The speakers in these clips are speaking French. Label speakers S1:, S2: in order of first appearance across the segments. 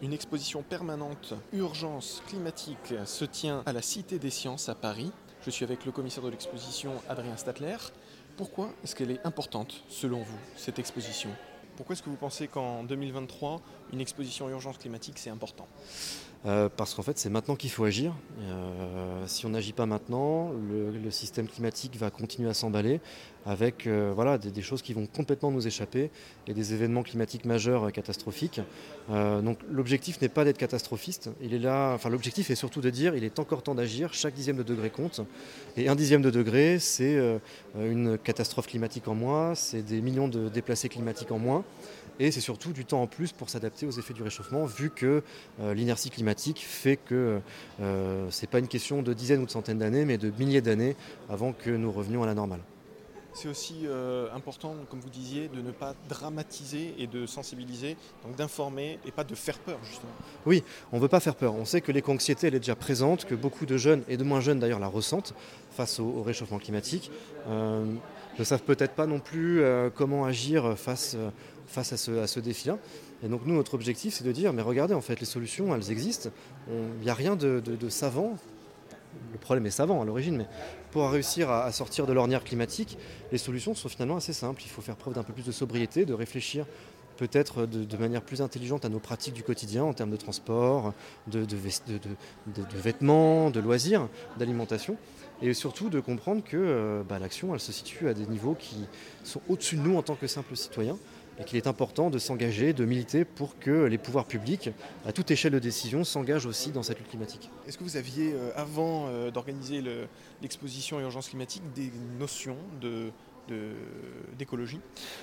S1: Une exposition permanente Urgence climatique se tient à la Cité des Sciences à Paris. Je suis avec le commissaire de l'exposition, Adrien Statler. Pourquoi est-ce qu'elle est importante, selon vous, cette exposition ? Pourquoi est-ce que vous pensez qu'en 2023, une exposition Urgence climatique, c'est important ?
S2: Parce qu'en fait, c'est maintenant qu'il faut agir. Si on n'agit pas maintenant, le système climatique va continuer à s'emballer avec des choses qui vont complètement nous échapper et des événements climatiques majeurs catastrophiques. Donc l'objectif n'est pas d'être catastrophiste. L'objectif est surtout de dire il est encore temps d'agir, chaque dixième de degré compte. Et un dixième de degré, c'est une catastrophe climatique en moins, c'est des millions de déplacés climatiques en moins. Et c'est surtout du temps en plus pour s'adapter aux effets du réchauffement, vu que l'inertie climatique fait que ce n'est pas une question de dizaines ou de centaines d'années, mais de milliers d'années avant que nous revenions à la normale.
S1: C'est aussi important, comme vous disiez, de ne pas dramatiser et de sensibiliser, donc d'informer et pas de faire peur, justement.
S2: Oui, on ne veut pas faire peur. On sait que l'éco-anxiété, elle est déjà présente, que beaucoup de jeunes et de moins jeunes d'ailleurs la ressentent face au réchauffement climatique. Ne savent peut-être pas non plus comment agir face à ce défi-là. Et donc nous, notre objectif, c'est de dire, mais regardez, en fait, les solutions, elles existent. Il n'y a rien de savant. Le problème est savant à l'origine, mais pour réussir à sortir de l'ornière climatique, les solutions sont finalement assez simples. Il faut faire preuve d'un peu plus de sobriété, de réfléchir peut-être de manière plus intelligente à nos pratiques du quotidien en termes de transport, de vêtements, de loisirs, d'alimentation. Et surtout de comprendre que l'action, elle se situe à des niveaux qui sont au-dessus de nous en tant que simples citoyens et qu'il est important de s'engager, de militer pour que les pouvoirs publics, à toute échelle de décision, s'engagent aussi dans cette lutte climatique.
S1: Est-ce que vous aviez, avant d'organiser l'exposition Urgence climatique, des notions d'écologie ?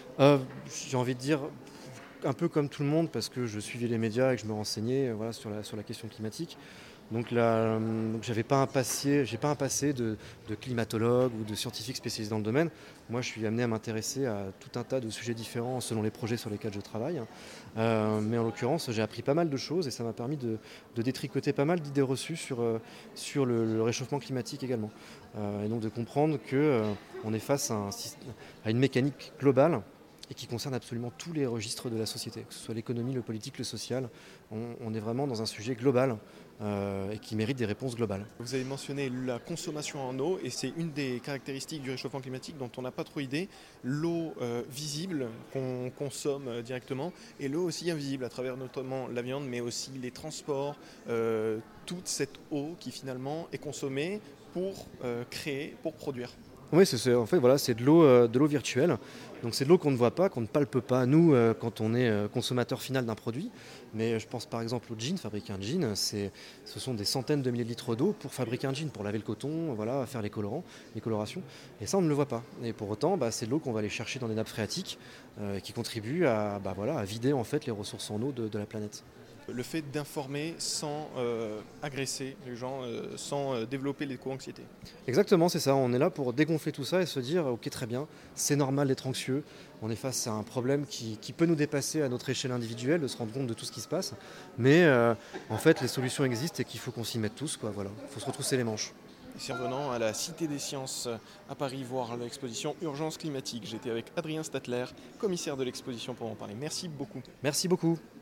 S2: J'ai envie de dire un peu comme tout le monde, parce que je suivais les médias et que je me renseignais sur la question climatique. Donc j'ai pas un passé de climatologue ou de scientifique spécialisé dans le domaine. Moi, je suis amené à m'intéresser à tout un tas de sujets différents selon les projets sur lesquels je travaille. Mais en l'occurrence, j'ai appris pas mal de choses et ça m'a permis de détricoter pas mal d'idées reçues sur le réchauffement climatique également. Et donc de comprendre qu'on est face à une mécanique globale et qui concerne absolument tous les registres de la société, que ce soit l'économie, le politique, le social. On est vraiment dans un sujet global et qui mérite des réponses globales.
S1: Vous avez mentionné la consommation en eau et c'est une des caractéristiques du réchauffement climatique dont on n'a pas trop idée. L'eau visible qu'on consomme directement et l'eau aussi invisible à travers notamment la viande mais aussi les transports, toute cette eau qui finalement est consommée pour créer, pour produire.
S2: Oui, c'est de l'eau virtuelle. Donc c'est de l'eau qu'on ne voit pas, qu'on ne palpe pas, nous, quand on est consommateur final d'un produit. Mais je pense par exemple au jean, fabriquer un jean, ce sont des centaines de milliers de litres d'eau pour fabriquer un jean, pour laver le coton, faire les colorations. Et ça, on ne le voit pas. Et pour autant, c'est de l'eau qu'on va aller chercher dans les nappes phréatiques qui contribue à vider en fait les ressources en eau de la planète.
S1: Le fait d'informer sans agresser les gens, sans développer l'éco-anxiété.
S2: Exactement, c'est ça. On est là pour dégonfler tout ça et se dire ok, très bien, c'est normal d'être anxieux. On est face à un problème qui peut nous dépasser à notre échelle individuelle, de se rendre compte de tout ce qui se passe. Mais en fait, les solutions existent et qu'il faut qu'on s'y mette tous. Il faut se retrousser les manches.
S1: Ici en venant à la Cité des Sciences à Paris voir l'exposition Urgence climatique. J'étais avec Adrien Statler, commissaire de l'exposition pour en parler. Merci beaucoup.
S2: Merci beaucoup.